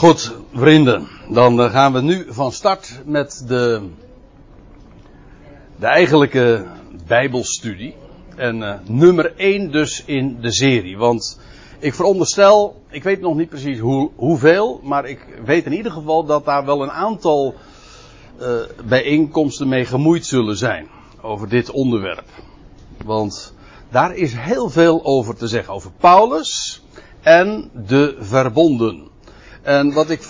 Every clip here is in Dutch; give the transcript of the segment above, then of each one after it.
Goed, vrienden, dan gaan we nu van start met de eigenlijke Bijbelstudie. En nummer 1 dus in de serie. Want ik veronderstel, ik weet nog niet precies hoeveel, maar ik weet in ieder geval dat daar wel een aantal bijeenkomsten mee gemoeid zullen zijn. Over dit onderwerp. Want daar is heel veel over te zeggen. Over Paulus en de verbonden. En wat ik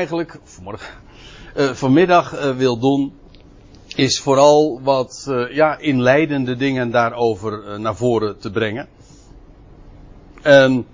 vanmiddag wil doen, is vooral wat inleidende dingen daarover naar voren te brengen. En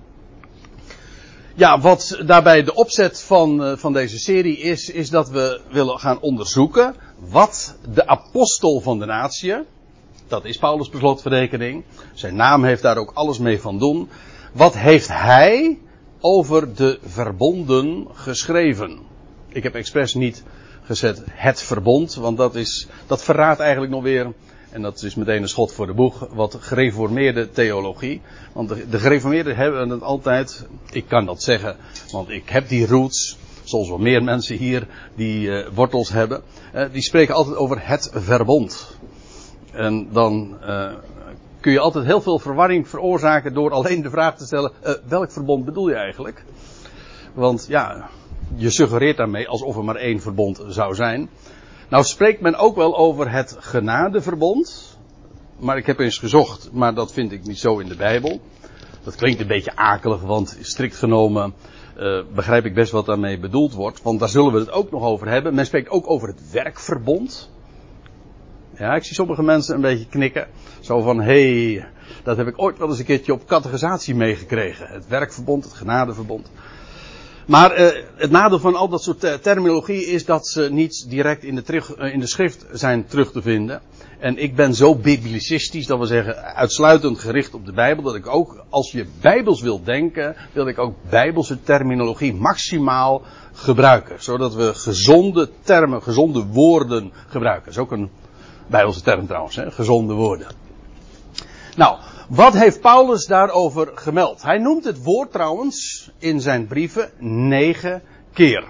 wat daarbij de opzet van deze serie is dat we willen gaan onderzoeken wat de apostel van de natie, dat is Paulus per slotverrekening, zijn naam heeft daar ook alles mee van doen, wat heeft hij over de verbonden geschreven. Ik heb expres niet gezet het verbond, want dat verraadt eigenlijk nog weer, en dat is meteen een schot voor de boeg, wat gereformeerde theologie. Want de gereformeerden hebben het altijd, ik kan dat zeggen, want ik heb die roots, zoals wel meer mensen hier die wortels hebben, die spreken altijd over het verbond. En dan kun je altijd heel veel verwarring veroorzaken door alleen de vraag te stellen, welk verbond bedoel je eigenlijk? Want ja, je suggereert daarmee alsof er maar één verbond zou zijn. Nou spreekt men ook wel over het genadeverbond. Maar ik heb eens gezocht, maar dat vind ik niet zo in de Bijbel. Dat klinkt een beetje akelig, want strikt genomen begrijp ik best wat daarmee bedoeld wordt. Want daar zullen we het ook nog over hebben. Men spreekt ook over het werkverbond. Ja, ik zie sommige mensen een beetje knikken. Zo van, dat heb ik ooit wel eens een keertje op catechisatie meegekregen. Het werkverbond, het genadeverbond. Maar het nadeel van al dat soort terminologie is dat ze niet direct in de schrift zijn terug te vinden. En ik ben zo biblicistisch, dat we zeggen uitsluitend gericht op de Bijbel, dat ik ook, als je bijbels wilt denken, wil ik ook bijbelse terminologie maximaal gebruiken. Zodat we gezonde termen, gezonde woorden gebruiken. Dat is ook een bijbelse term trouwens, gezonde woorden. Nou, wat heeft Paulus daarover gemeld? Hij noemt het woord trouwens in zijn brieven 9 keer.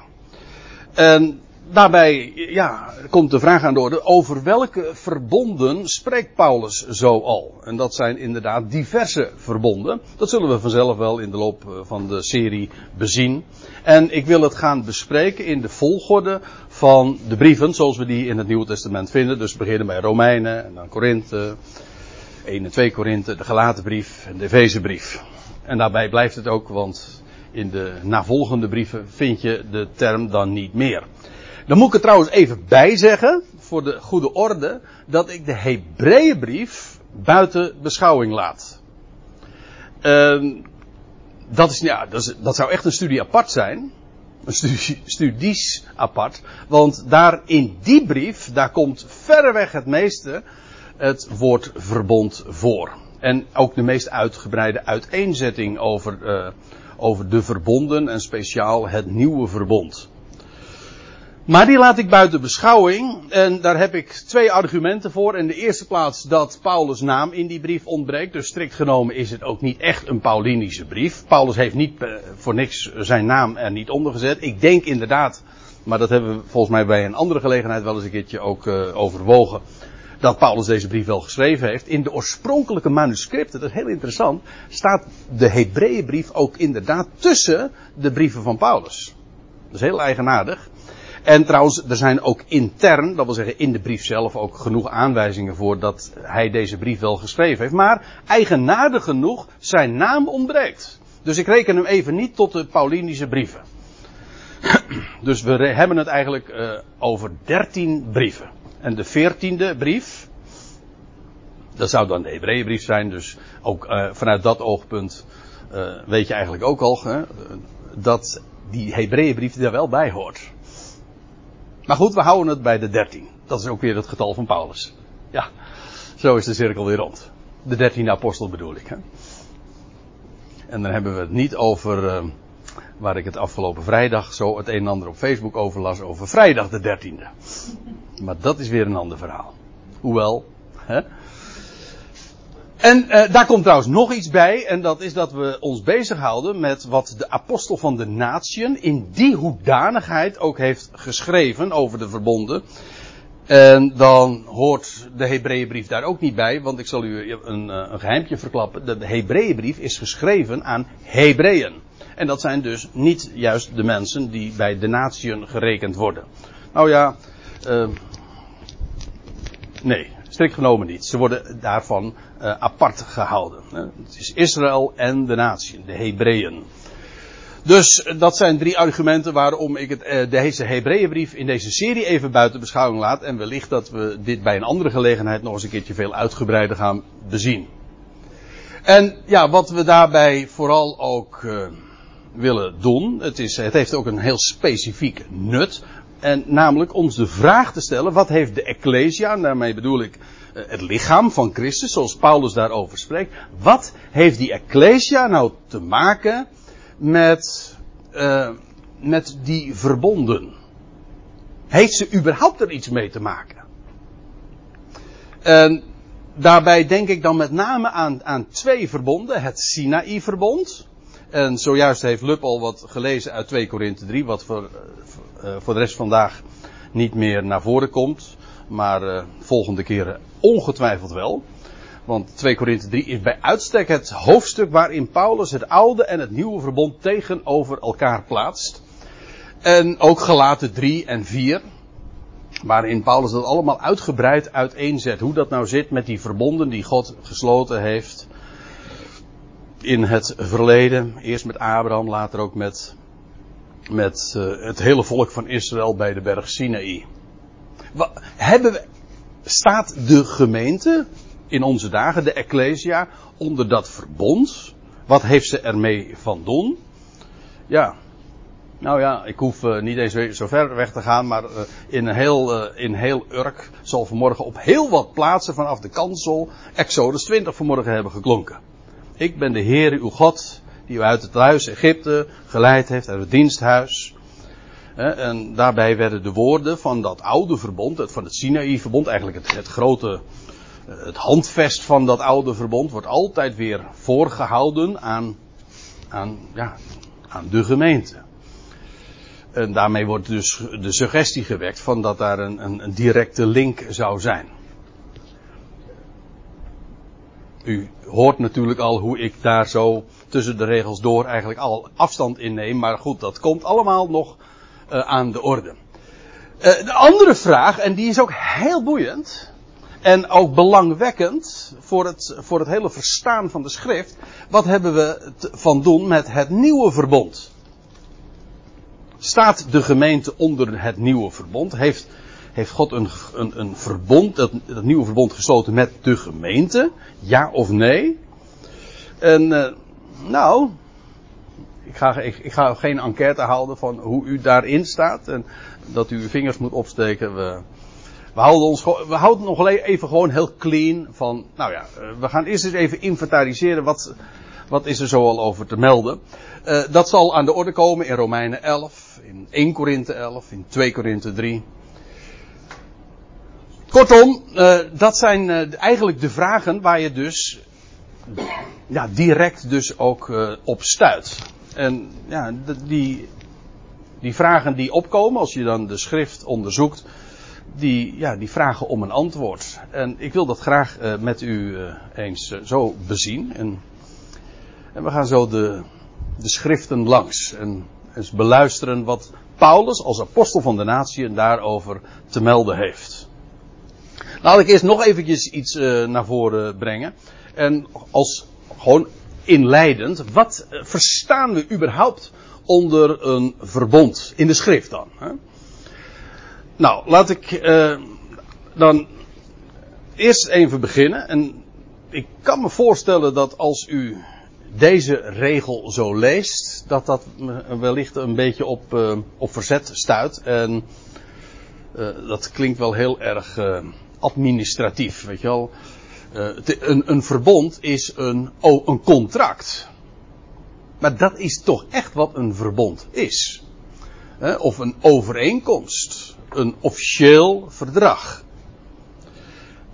En daarbij komt de vraag aan de orde, over welke verbonden spreekt Paulus zo al? En dat zijn inderdaad diverse verbonden. Dat zullen we vanzelf wel in de loop van de serie bezien. En ik wil het gaan bespreken in de volgorde van de brieven zoals we die in het Nieuwe Testament vinden. Dus we beginnen bij Romeinen en dan Korinthe, 1 en 2 Korinthe, de Galatenbrief en de Efezebrief. En daarbij blijft het ook, want in de navolgende brieven vind je de term dan niet meer. Dan moet ik er trouwens even bij zeggen, voor de goede orde, dat ik de Hebreeënbrief buiten beschouwing laat. Dat zou echt een studie apart zijn. Studies apart. Want daar in die brief, daar komt verreweg het meeste het woord verbond voor. En ook de meest uitgebreide uiteenzetting over de verbonden en speciaal het nieuwe verbond. Maar die laat ik buiten beschouwing en daar heb ik 2 argumenten voor. In de eerste plaats dat Paulus' naam in die brief ontbreekt. Dus strikt genomen is het ook niet echt een Paulinische brief. Paulus heeft niet voor niks zijn naam er niet onder gezet. Ik denk inderdaad, maar dat hebben we volgens mij bij een andere gelegenheid wel eens een keertje ook overwogen, dat Paulus deze brief wel geschreven heeft. In de oorspronkelijke manuscripten, dat is heel interessant, staat de Hebreeënbrief ook inderdaad tussen de brieven van Paulus. Dat is heel eigenaardig. En trouwens, er zijn ook intern, dat wil zeggen in de brief zelf, ook genoeg aanwijzingen voor dat hij deze brief wel geschreven heeft. Maar eigenaardig genoeg, zijn naam ontbreekt. Dus ik reken hem even niet tot de Paulinische brieven. Dus we hebben het eigenlijk over 13 brieven. En de 14e brief, dat zou dan de Hebreeënbrief zijn, dus ook vanuit dat oogpunt weet je eigenlijk ook al dat die Hebreeënbrief er wel bij hoort. Maar goed, we houden het bij de 13. Dat is ook weer het getal van Paulus. Ja, zo is de cirkel weer rond. De 13e apostel bedoel ik. En dan hebben we het niet over, waar ik het afgelopen vrijdag zo het een en ander op Facebook over las, over vrijdag de 13e. Maar dat is weer een ander verhaal. Hoewel, En daar komt trouwens nog iets bij. En dat is dat we ons bezighouden met wat de apostel van de natieën in die hoedanigheid ook heeft geschreven over de verbonden. En dan hoort de Hebreeënbrief daar ook niet bij. Want ik zal u een geheimpje verklappen. De Hebreeënbrief is geschreven aan Hebreeën. En dat zijn dus niet juist de mensen die bij de natieën gerekend worden. Nou ja, nee, strikt genomen niet. Ze worden daarvan apart gehouden. Het is Israël en de natieën, de Hebreeën. Dus dat zijn 3 argumenten waarom ik deze Hebreeënbrief in deze serie even buiten beschouwing laat. En wellicht dat we dit bij een andere gelegenheid nog eens een keertje veel uitgebreider gaan bezien. En ja, wat we daarbij vooral ook willen doen, het heeft ook een heel specifiek nut. En namelijk ons de vraag te stellen, wat heeft de Ecclesia, en daarmee bedoel ik het lichaam van Christus, zoals Paulus daarover spreekt. Wat heeft die Ecclesia nou te maken met die verbonden? Heeft ze überhaupt er iets mee te maken? En daarbij denk ik dan met name aan 2 verbonden. Het Sinaï-verbond. En zojuist heeft Lup al wat gelezen uit 2 Korinthe 3, wat voor de rest vandaag niet meer naar voren komt. Maar volgende keren ongetwijfeld wel. Want 2 Korinthe 3 is bij uitstek het hoofdstuk waarin Paulus het oude en het nieuwe verbond tegenover elkaar plaatst. En ook Galaten 3 en 4. Waarin Paulus dat allemaal uitgebreid uiteenzet. Hoe dat nou zit met die verbonden die God gesloten heeft. In het verleden. Eerst met Abraham, later ook met het hele volk van Israël bij de berg Sinaï. Staat de gemeente in onze dagen, de Ecclesia, onder dat verbond? Wat heeft ze ermee van doen? Ja, nou ja, ik hoef niet eens zo ver weg te gaan, maar in heel Urk zal vanmorgen op heel wat plaatsen vanaf de kansel Exodus 20 vanmorgen hebben geklonken. Ik ben de Heere uw God, die u uit het huis Egypte geleid heeft, uit het diensthuis. En daarbij werden de woorden van dat oude verbond, van het Sinaï-verbond, eigenlijk het grote, het handvest van dat oude verbond, wordt altijd weer voorgehouden aan de gemeente. En daarmee wordt dus de suggestie gewekt van dat daar een directe link zou zijn. U hoort natuurlijk al hoe ik daar zo tussen de regels door eigenlijk al afstand in neem. Maar goed, dat komt allemaal nog aan de orde. De andere vraag, en die is ook heel boeiend. En ook belangwekkend voor het hele verstaan van de schrift. Wat hebben we van doen met het nieuwe verbond? Staat de gemeente onder het nieuwe verbond? Heeft God een verbond, dat nieuwe verbond gesloten met de gemeente? Ja of nee? En ik ga geen enquête houden van hoe u daarin staat. En dat u uw vingers moet opsteken. We houden nog even gewoon heel clean van, we gaan eerst eens even inventariseren wat is er zo al over te melden. Dat zal aan de orde komen in Romeinen 11, in 1 Korinthe 11, in 2 Korinthe 3. Kortom, dat zijn eigenlijk de vragen waar je dus direct dus ook op stuit. En ja, die vragen die opkomen als je dan de schrift onderzoekt, die vragen om een antwoord. En ik wil dat graag met u eens zo bezien. En we gaan zo de schriften langs en eens beluisteren wat Paulus als apostel van de natieën daarover te melden heeft. Laat ik eerst nog eventjes iets naar voren brengen. En als gewoon inleidend, wat verstaan we überhaupt onder een verbond in de schrift dan? Hè? Nou, laat ik dan eerst even beginnen. En ik kan me voorstellen dat als u deze regel zo leest, dat wellicht een beetje op verzet stuit. En dat klinkt wel heel erg administratief, weet je wel. Een verbond is een contract. Maar dat is toch echt wat een verbond is. Of een overeenkomst. Een officieel verdrag.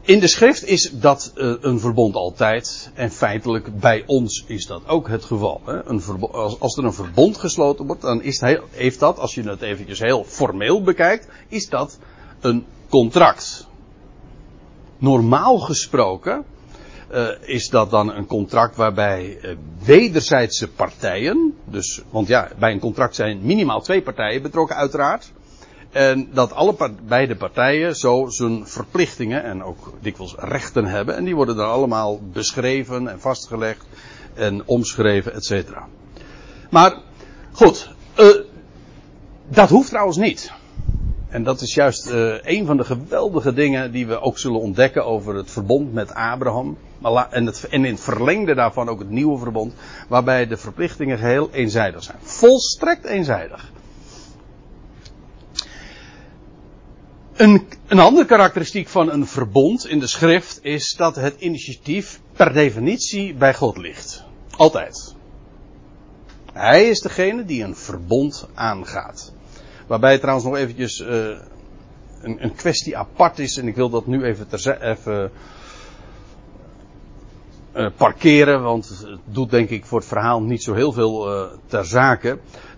In de schrift is dat een verbond altijd. En feitelijk bij ons is dat ook het geval. Hè? Als er een verbond gesloten wordt, dan heeft dat, als je het eventjes heel formeel bekijkt, is dat een contract. Normaal gesproken is dat dan een contract waarbij wederzijdse partijen, dus, want ja, bij een contract zijn minimaal 2 partijen betrokken uiteraard. En dat beide partijen zo zijn verplichtingen en ook dikwijls rechten hebben. En die worden dan allemaal beschreven en vastgelegd en omschreven, et cetera. Maar goed, dat hoeft trouwens niet. En dat is juist een van de geweldige dingen die we ook zullen ontdekken over het verbond met Abraham. En in het verlengde daarvan ook het nieuwe verbond. Waarbij de verplichtingen geheel eenzijdig zijn. Volstrekt eenzijdig. Een andere karakteristiek van een verbond in de schrift is dat het initiatief per definitie bij God ligt. Altijd. Hij is degene die een verbond aangaat. Waarbij trouwens nog eventjes een kwestie apart is. En ik wil dat nu even parkeren. Want het doet denk ik voor het verhaal niet zo heel veel ter zake.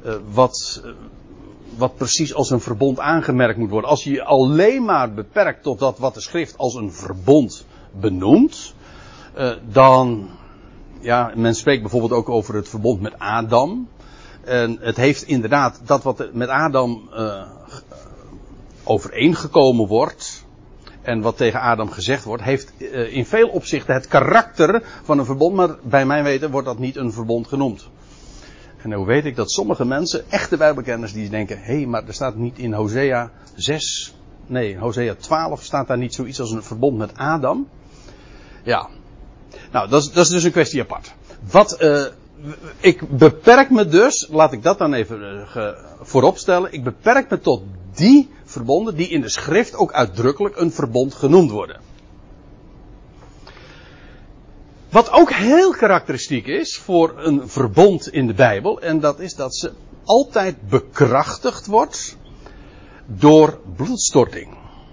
Wat precies als een verbond aangemerkt moet worden. Als je je alleen maar beperkt tot dat wat de schrift als een verbond benoemt. Dan, ja, men spreekt bijvoorbeeld ook over het verbond met Adam. En het heeft inderdaad dat wat met Adam overeengekomen wordt. En wat tegen Adam gezegd wordt, heeft in veel opzichten het karakter van een verbond. Maar bij mijn weten wordt dat niet een verbond genoemd. En hoe weet ik dat sommige mensen, echte bijbelkenners, die denken, hé, maar er staat niet in Hosea 6, nee, Hosea 12 staat daar niet zoiets als een verbond met Adam. Ja. Nou, dat is dus een kwestie apart. Ik beperk me dus, laat ik dat dan even vooropstellen, ik beperk me tot die verbonden die in de schrift ook uitdrukkelijk een verbond genoemd worden. Wat ook heel karakteristiek is voor een verbond in de Bijbel, en dat is dat ze altijd bekrachtigd wordt door bloedstorting.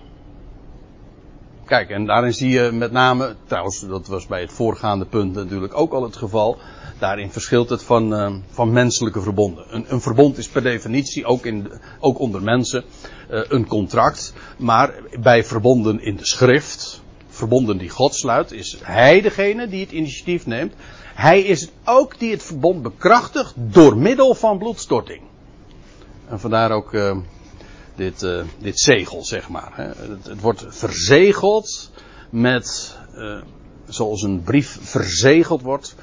Kijk, en daarin zie je met name, trouwens dat was bij het voorgaande punt natuurlijk ook al het geval, daarin verschilt het van menselijke verbonden. Een verbond is per definitie, ook onder mensen, een contract, maar bij verbonden in de schrift, verbonden die God sluit, is hij degene die het initiatief neemt. Hij is het ook die het verbond bekrachtigt door middel van bloedstorting. En vandaar ook dit zegel, zeg maar. Het wordt verzegeld met, zoals een brief verzegeld wordt,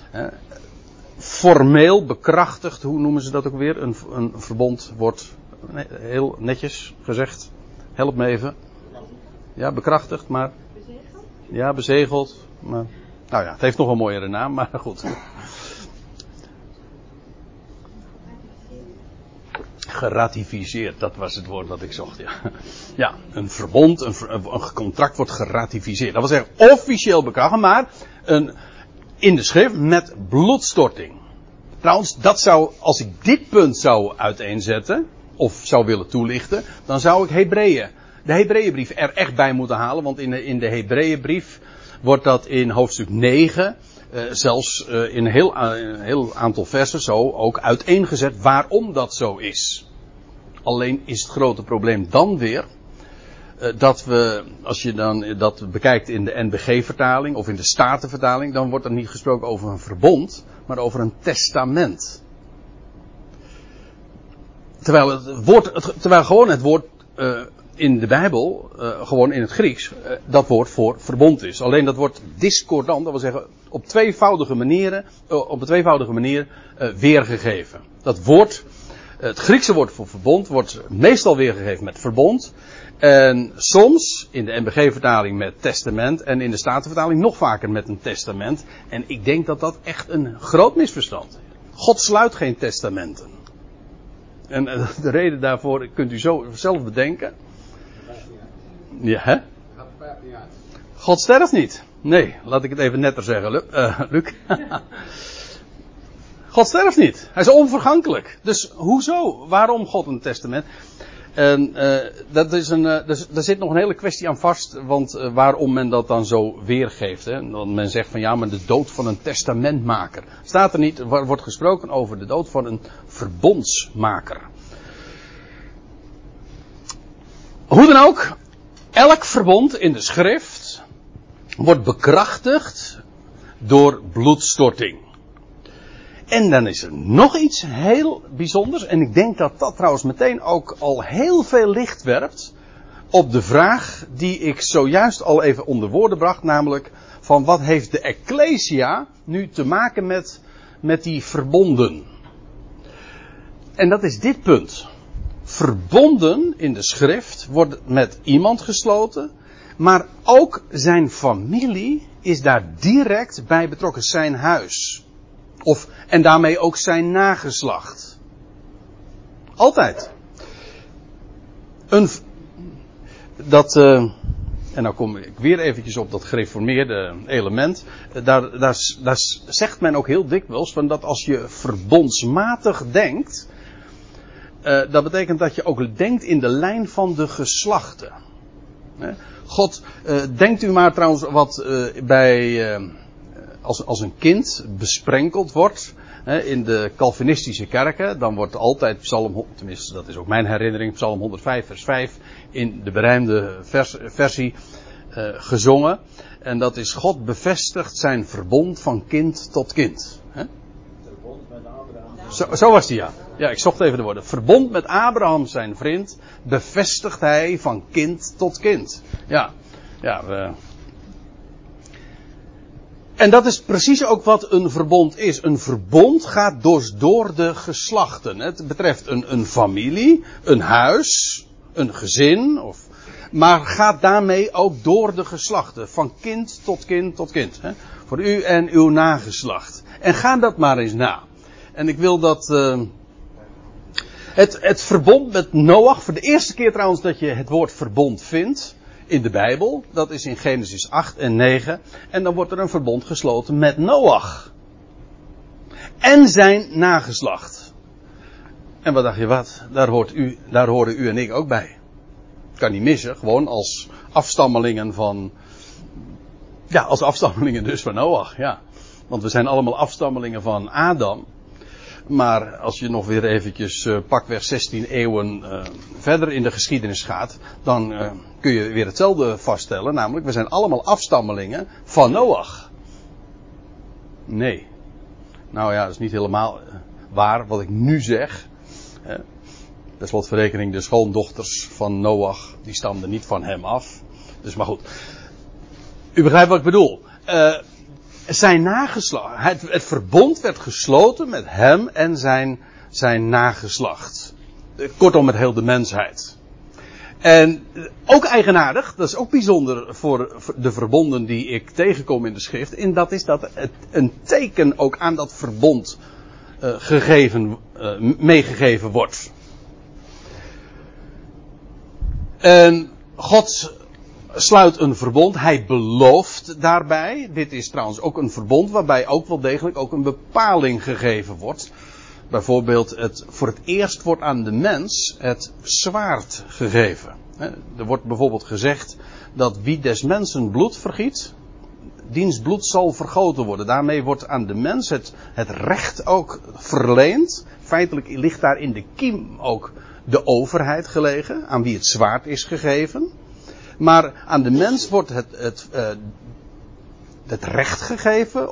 formeel bekrachtigd, hoe noemen ze dat ook weer? Een verbond wordt, heel netjes gezegd, help me even. Ja, bekrachtigd, maar... Ja, bezegeld. Maar, nou ja, het heeft nog een mooiere naam, maar goed. Geratificeerd, dat was het woord dat ik zocht, ja. Ja, een verbond, een contract wordt geratificeerd. Dat wil zeggen, officieel bekrachtigd, maar in de schrift met bloedstorting. Trouwens, dat zou, als ik dit punt zou uiteenzetten, of zou willen toelichten, dan zou ik de Hebreeënbrief er echt bij moeten halen, want in de Hebreeënbrief wordt dat in hoofdstuk 9, zelfs in een heel aantal versen zo ook uiteengezet waarom dat zo is. Alleen is het grote probleem dan weer, dat we, als je dan dat bekijkt in de NBG-vertaling of in de Statenvertaling, dan wordt er niet gesproken over een verbond, maar over een testament. Terwijl gewoon het woord in de Bijbel, gewoon in het Grieks, dat woord voor verbond is. Alleen dat wordt discordant, dat wil zeggen op een tweevoudige manier weergegeven. Dat woord, het Griekse woord voor verbond, wordt meestal weergegeven met verbond. En soms in de NBG-vertaling met testament en in de Statenvertaling nog vaker met een testament. En ik denk dat dat echt een groot misverstand is. God sluit geen testamenten. En de reden daarvoor kunt u zo zelf bedenken. Ja, hè? God sterft niet. Nee, laat ik het even netter zeggen, Luc. God sterft niet. Hij is onvergankelijk. Dus hoezo? Waarom God een testament? En daar zit nog een hele kwestie aan vast, want waarom men dat dan zo weergeeft. Hè? Want men zegt van ja, maar de dood van een testamentmaker. Staat er niet, er wordt gesproken over de dood van een verbondsmaker. Hoe dan ook, elk verbond in de schrift wordt bekrachtigd door bloedstorting. En dan is er nog iets heel bijzonders. En ik denk dat dat trouwens meteen ook al heel veel licht werpt op de vraag die ik zojuist al even onder woorden bracht. Namelijk van wat heeft de Ecclesia nu te maken met die verbonden. En dat is dit punt. Verbonden in de schrift wordt met iemand gesloten. Maar ook zijn familie is daar direct bij betrokken. Zijn huis. En daarmee ook zijn nageslacht. Altijd. En nou kom ik weer eventjes op dat gereformeerde element. Daar zegt men ook heel dikwijls van dat als je verbondsmatig denkt. Dat betekent dat je ook denkt in de lijn van de geslachten. God, denkt u maar trouwens wat als een kind besprenkeld wordt in de Calvinistische kerken, dan wordt altijd tenminste dat is ook mijn herinnering, Psalm 105 vers 5 in de berijmde versie gezongen. En dat is God bevestigt zijn verbond van kind tot kind. Verbond met Abraham. Zo was die ja. Ja, ik zocht even de woorden. Verbond met Abraham zijn vriend bevestigt hij van kind tot kind. Ja. En dat is precies ook wat een verbond is. Een verbond gaat dus door de geslachten. Het betreft een familie, een huis, een gezin. Maar gaat daarmee ook door de geslachten. Van kind tot kind tot kind. Voor u en uw nageslacht. En ga dat maar eens na. En ik wil dat... Het verbond met Noach. Voor de eerste keer trouwens dat je het woord verbond vindt. In de Bijbel, dat is in Genesis 8 en 9. En dan wordt er een verbond gesloten met Noach. En zijn nageslacht. En wat dacht je wat? Daar horen u en ik ook bij. Kan niet missen, gewoon als afstammelingen van... Ja, als afstammelingen dus van Noach, ja. Want we zijn allemaal afstammelingen van Adam. Maar als je nog weer eventjes pakweg 16 eeuwen verder in de geschiedenis gaat, dan kun je weer hetzelfde vaststellen. Namelijk, we zijn allemaal afstammelingen van Noach. Nee. Nou ja, dat is niet helemaal waar wat ik nu zeg. Per slotverrekening, de schoondochters van Noach, die stamden niet van hem af. Dus maar goed. U begrijpt wat ik bedoel. Zijn nageslacht. Het verbond werd gesloten met hem en zijn nageslacht. Kortom met heel de mensheid. En ook eigenaardig, dat is ook bijzonder voor de verbonden die ik tegenkom in de schrift. En dat is dat een teken ook aan dat verbond meegegeven wordt. En God sluit een verbond, hij belooft daarbij. Dit is trouwens ook een verbond waarbij ook wel degelijk ook een bepaling gegeven wordt. Bijvoorbeeld voor het eerst wordt aan de mens het zwaard gegeven. Er wordt bijvoorbeeld gezegd dat wie des mensen bloed vergiet, diens bloed zal vergoten worden. Daarmee wordt aan de mens het recht ook verleend. Feitelijk ligt daar in de kiem ook de overheid gelegen, aan wie het zwaard is gegeven. Maar aan de mens wordt het recht gegeven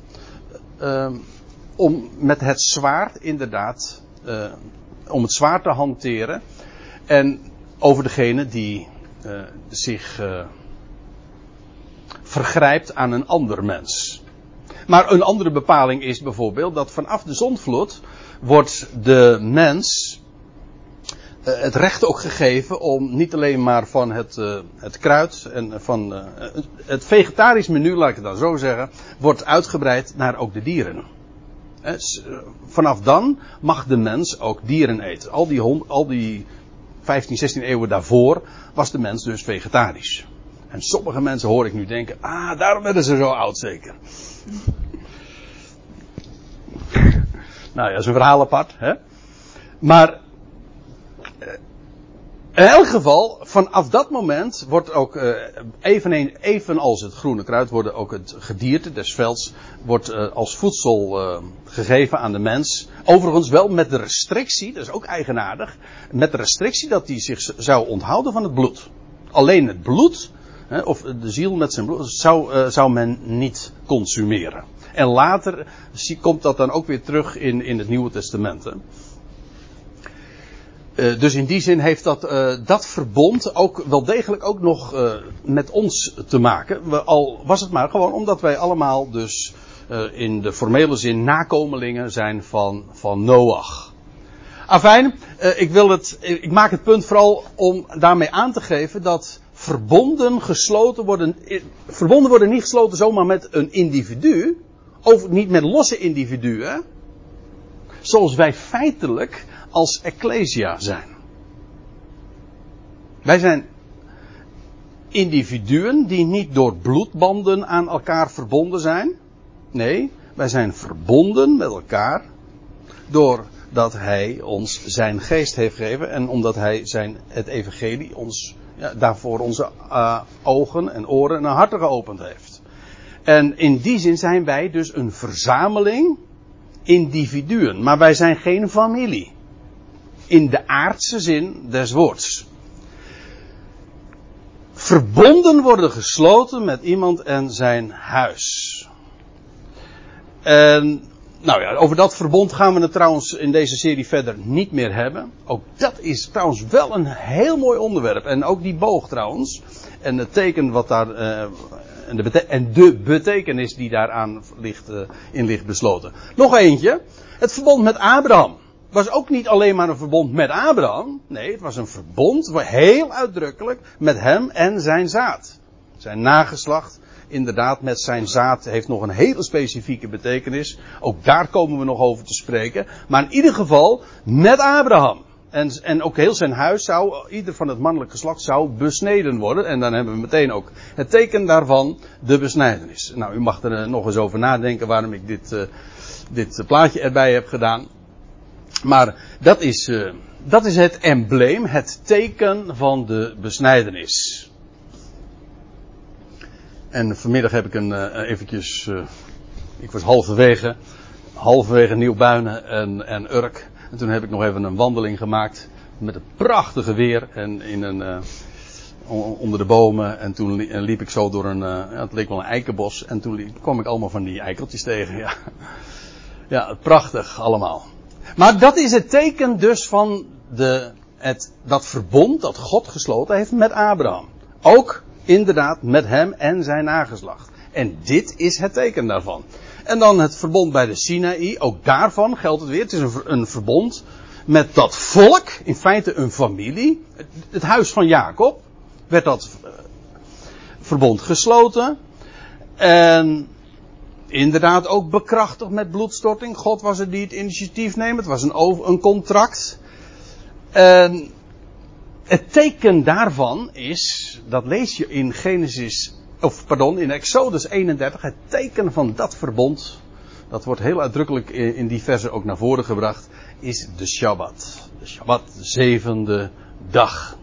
om met het zwaard inderdaad, om het zwaard te hanteren. En over degene die zich vergrijpt aan een ander mens. Maar een andere bepaling is bijvoorbeeld dat vanaf de zondvloed wordt de mens het recht ook gegeven om niet alleen maar van het kruid en van het vegetarisch menu, laat ik het dan zo zeggen, wordt uitgebreid naar ook de dieren. Vanaf dan mag de mens ook dieren eten. Al die 15, 16 eeuwen daarvoor was de mens dus vegetarisch. En sommige mensen hoor ik nu denken, daarom werden ze zo oud zeker. Nou ja, dat is een verhaal apart, hè. Maar In elk geval, vanaf dat moment wordt ook, evenals het groene kruid, worden ook het gedierte des velds wordt als voedsel gegeven aan de mens. Overigens wel met de restrictie, dat is ook eigenaardig, met de restrictie dat hij zich zou onthouden van het bloed. Alleen het bloed, of de ziel met zijn bloed, zou men niet consumeren. En later komt dat dan ook weer terug in het Nieuwe Testament. Hè. Dus in die zin heeft dat verbond ook wel degelijk ook nog met ons te maken. Al was het maar gewoon omdat wij allemaal dus in de formele zin nakomelingen zijn van Noach. Afijn, ik maak het punt vooral om daarmee aan te geven dat verbonden worden niet gesloten zomaar met een individu. Of niet met losse individuen. Zoals wij feitelijk als Ecclesia zijn. Wij zijn individuen die niet door bloedbanden aan elkaar verbonden zijn. Nee, wij zijn verbonden met elkaar doordat Hij ons zijn geest heeft gegeven en omdat Hij het evangelie ons daarvoor onze ogen en oren en harten geopend heeft. En in die zin zijn wij dus een verzameling individuen, maar wij zijn geen familie. In de aardse zin des woords. Verbonden worden gesloten met iemand en zijn huis. En nou ja, over dat verbond gaan we het trouwens in deze serie verder niet meer hebben. Ook dat is trouwens wel een heel mooi onderwerp. En ook die boog trouwens. En het teken wat daar en de betekenis die daaraan ligt besloten. Nog eentje. Het verbond met Abraham. Was ook niet alleen maar een verbond met Abraham. Nee, het was een verbond heel uitdrukkelijk met hem en zijn zaad. Zijn nageslacht, inderdaad met zijn zaad, heeft nog een hele specifieke betekenis. Ook daar komen we nog over te spreken. Maar in ieder geval met Abraham. En ook heel zijn huis ieder van het mannelijk geslacht zou besneden worden. En dan hebben we meteen ook het teken daarvan, de besnijdenis. Nou, u mag er nog eens over nadenken waarom ik dit plaatje erbij heb gedaan. Maar dat is het embleem, het teken van de besnijdenis. En vanmiddag heb ik ik was halverwege Nieuwbuinen en Urk. En toen heb ik nog even een wandeling gemaakt met een prachtige weer en onder de bomen. En toen liep ik zo door het leek wel een eikenbos. En toen kwam ik allemaal van die eikeltjes tegen. Ja, ja, prachtig allemaal. Maar dat is het teken dus van dat verbond dat God gesloten heeft met Abraham. Ook inderdaad met hem en zijn nageslacht. En dit is het teken daarvan. En dan het verbond bij de Sinaï. Ook daarvan geldt het weer. Het is een verbond met dat volk. In feite een familie. Het huis van Jacob werd dat verbond gesloten. En inderdaad ook bekrachtigd met bloedstorting. God was het die het initiatief neemt. Het was een contract. En het teken daarvan is, dat lees je in in Exodus 31, het teken van dat verbond, dat wordt heel uitdrukkelijk in die versen ook naar voren gebracht, is de Shabbat. De Shabbat, de 7e dag.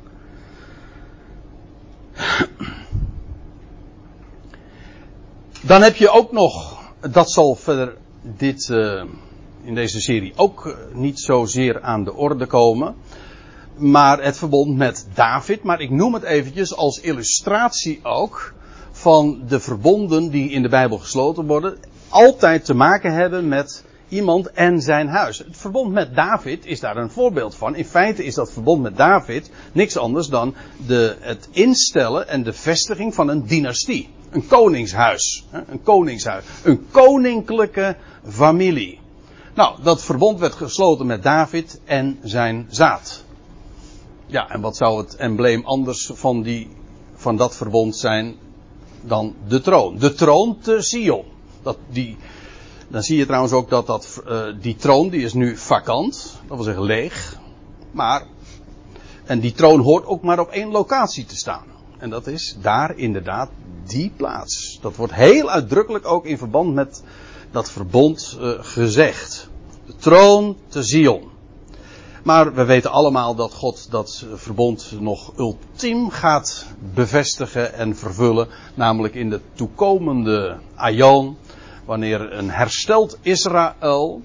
Dan heb je ook nog, dat zal verder in deze serie ook niet zozeer aan de orde komen, maar het verbond met David. Maar ik noem het eventjes als illustratie ook van de verbonden die in de Bijbel gesloten worden, altijd te maken hebben met iemand en zijn huis. Het verbond met David is daar een voorbeeld van. In feite is dat verbond met David niks anders dan het instellen en de vestiging van een dynastie. Een koningshuis. Een koningshuis. Een koninklijke familie. Nou, dat verbond werd gesloten met David en zijn zaad. Ja, en wat zou het embleem anders van dat verbond zijn dan de troon? De troon te Sion. Dan zie je trouwens ook dat die troon die is nu vakant. Dat wil zeggen leeg. En die troon hoort ook maar op één locatie te staan. En dat is daar inderdaad die plaats. Dat wordt heel uitdrukkelijk ook in verband met dat verbond gezegd. De troon te Sion. Maar we weten allemaal dat God dat verbond nog ultiem gaat bevestigen en vervullen. Namelijk in de toekomende aion. Wanneer een hersteld Israël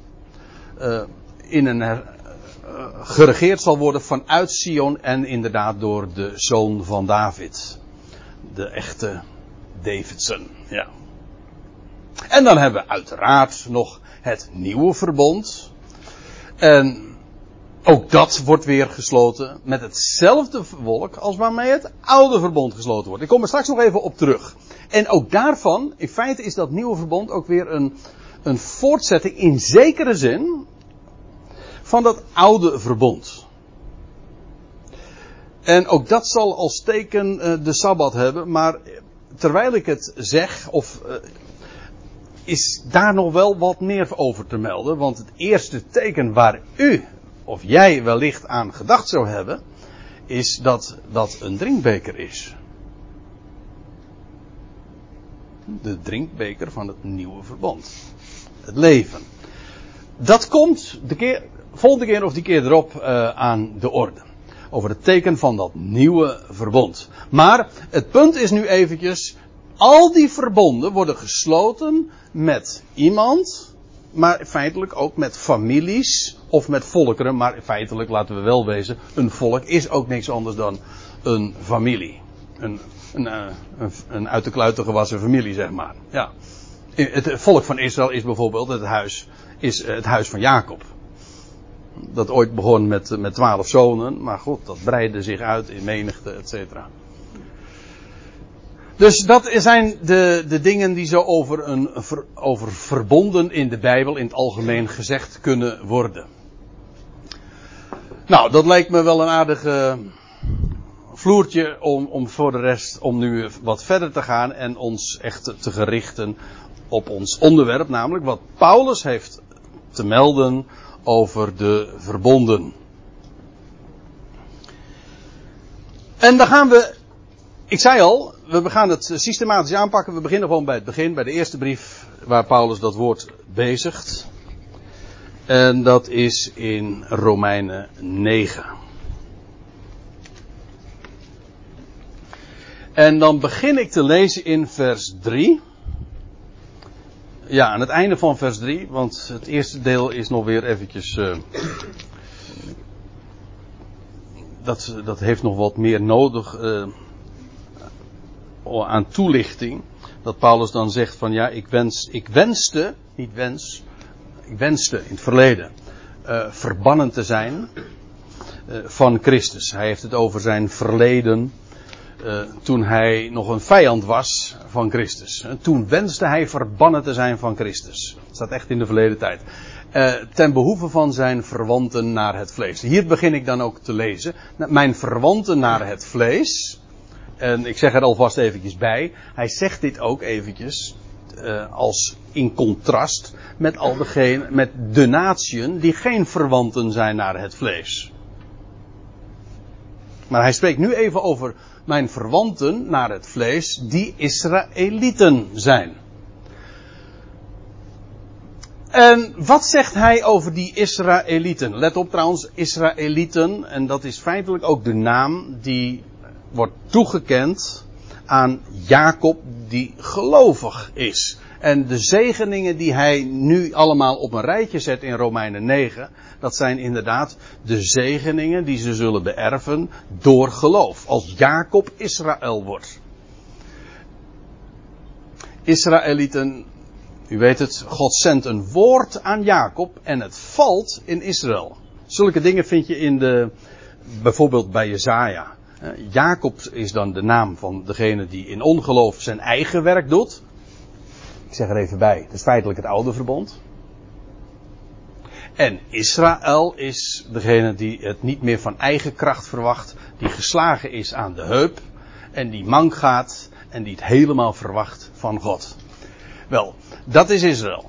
geregeerd zal worden vanuit Sion. En inderdaad door de zoon van David. De echte Davidson. Ja. En dan hebben we uiteraard nog het nieuwe verbond. En ook dat wordt weer gesloten met hetzelfde volk als waarmee het oude verbond gesloten wordt. Ik kom er straks nog even op terug. En ook daarvan, in feite is dat nieuwe verbond ook weer een voortzetting in zekere zin van dat oude verbond. En ook dat zal als teken de Sabbat hebben, maar terwijl ik het zeg, is daar nog wel wat meer over te melden. Want het eerste teken waar u of jij wellicht aan gedacht zou hebben, is dat dat een drinkbeker is. De drinkbeker van het nieuwe verbond. Het leven. Dat komt volgende keer of die keer erop aan de orde. Over het teken van dat nieuwe verbond. Maar het punt is nu eventjes, al die verbonden worden gesloten met iemand, maar feitelijk ook met families of met volkeren. Maar feitelijk, laten we wel wezen, een volk is ook niks anders dan een familie. Een uit de kluiten gewassen familie, zeg maar. Ja. Het volk van Israël is bijvoorbeeld het huis van Jacob. Dat ooit begon met 12 zonen, maar goed, dat breidde zich uit in menigte, et cetera. Dus dat zijn de dingen die zo over verbonden in de Bijbel in het algemeen gezegd kunnen worden. Nou, dat lijkt me wel een aardige vloertje om voor de rest, om nu wat verder te gaan en ons echt te gerichten op ons onderwerp, namelijk wat Paulus heeft te melden over de verbonden. En dan gaan we, ik zei al, we gaan het systematisch aanpakken. We beginnen gewoon bij het begin, bij de eerste brief waar Paulus dat woord bezigt. En dat is in Romeinen 9. En dan begin ik te lezen in vers 3. Ja, aan het einde van vers 3, want het eerste deel is nog weer eventjes... Dat heeft nog wat meer nodig aan toelichting. Dat Paulus dan zegt van ja, ik wenste in het verleden verbannen te zijn van Christus. Hij heeft het over zijn verleden toen hij nog een vijand was van Christus. Toen wenste hij verbannen te zijn van Christus. Dat staat echt in de verleden tijd. Ten behoeve van zijn verwanten naar het vlees. Hier begin ik dan ook te lezen. Mijn verwanten naar het vlees. En ik zeg er alvast eventjes bij. Hij zegt dit ook eventjes als in contrast met met de natieën die geen verwanten zijn naar het vlees. Maar hij spreekt nu even over mijn verwanten naar het vlees die Israëlieten zijn. En wat zegt hij over die Israëlieten? Let op trouwens, Israëlieten, en dat is feitelijk ook de naam die wordt toegekend aan Jacob die gelovig is. En de zegeningen die hij nu allemaal op een rijtje zet in Romeinen 9, dat zijn inderdaad de zegeningen die ze zullen beërven door geloof. Als Jacob Israël wordt. Israëlieten, u weet het, God zendt een woord aan Jacob en het valt in Israël. Zulke dingen vind je bijvoorbeeld bij Jesaja. Jacob is dan de naam van degene die in ongeloof zijn eigen werk doet. Ik zeg er even bij, dat is feitelijk het oude verbond. En Israël is degene die het niet meer van eigen kracht verwacht, die geslagen is aan de heup en die mank gaat en die het helemaal verwacht van God. Wel, dat is Israël.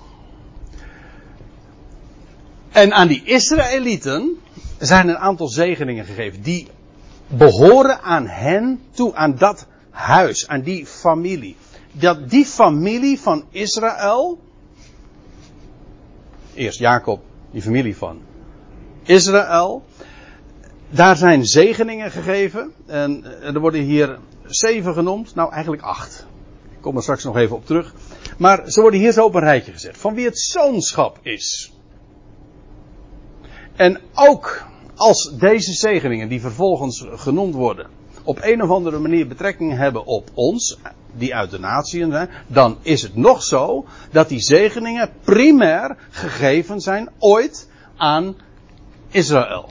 En aan die Israëlieten zijn een aantal zegeningen gegeven die behoren aan hen toe, aan dat huis, aan die familie. Dat die familie van Israël, eerst Jacob, die familie van Israël. Daar zijn zegeningen gegeven. En er worden hier 7 genoemd. Nou, eigenlijk 8. Ik kom er straks nog even op terug. Maar ze worden hier zo op een rijtje gezet. Van wie het zoonschap is. En ook als deze zegeningen die vervolgens genoemd worden, op een of andere manier betrekking hebben op ons, die uit de natieën zijn, dan is het nog zo dat die zegeningen primair gegeven zijn ooit aan Israël.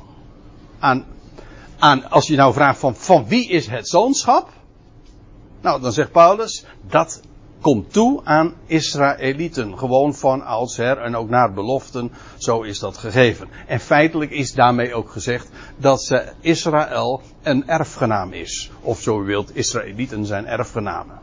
Als je nou vraagt van wie is het zoonschap? Nou, dan zegt Paulus, dat komt toe aan Israëlieten. Gewoon van oudsher en ook naar beloften, zo is dat gegeven. En feitelijk is daarmee ook gezegd dat Israël een erfgenaam is. Of zo u wilt, Israëlieten zijn erfgenamen.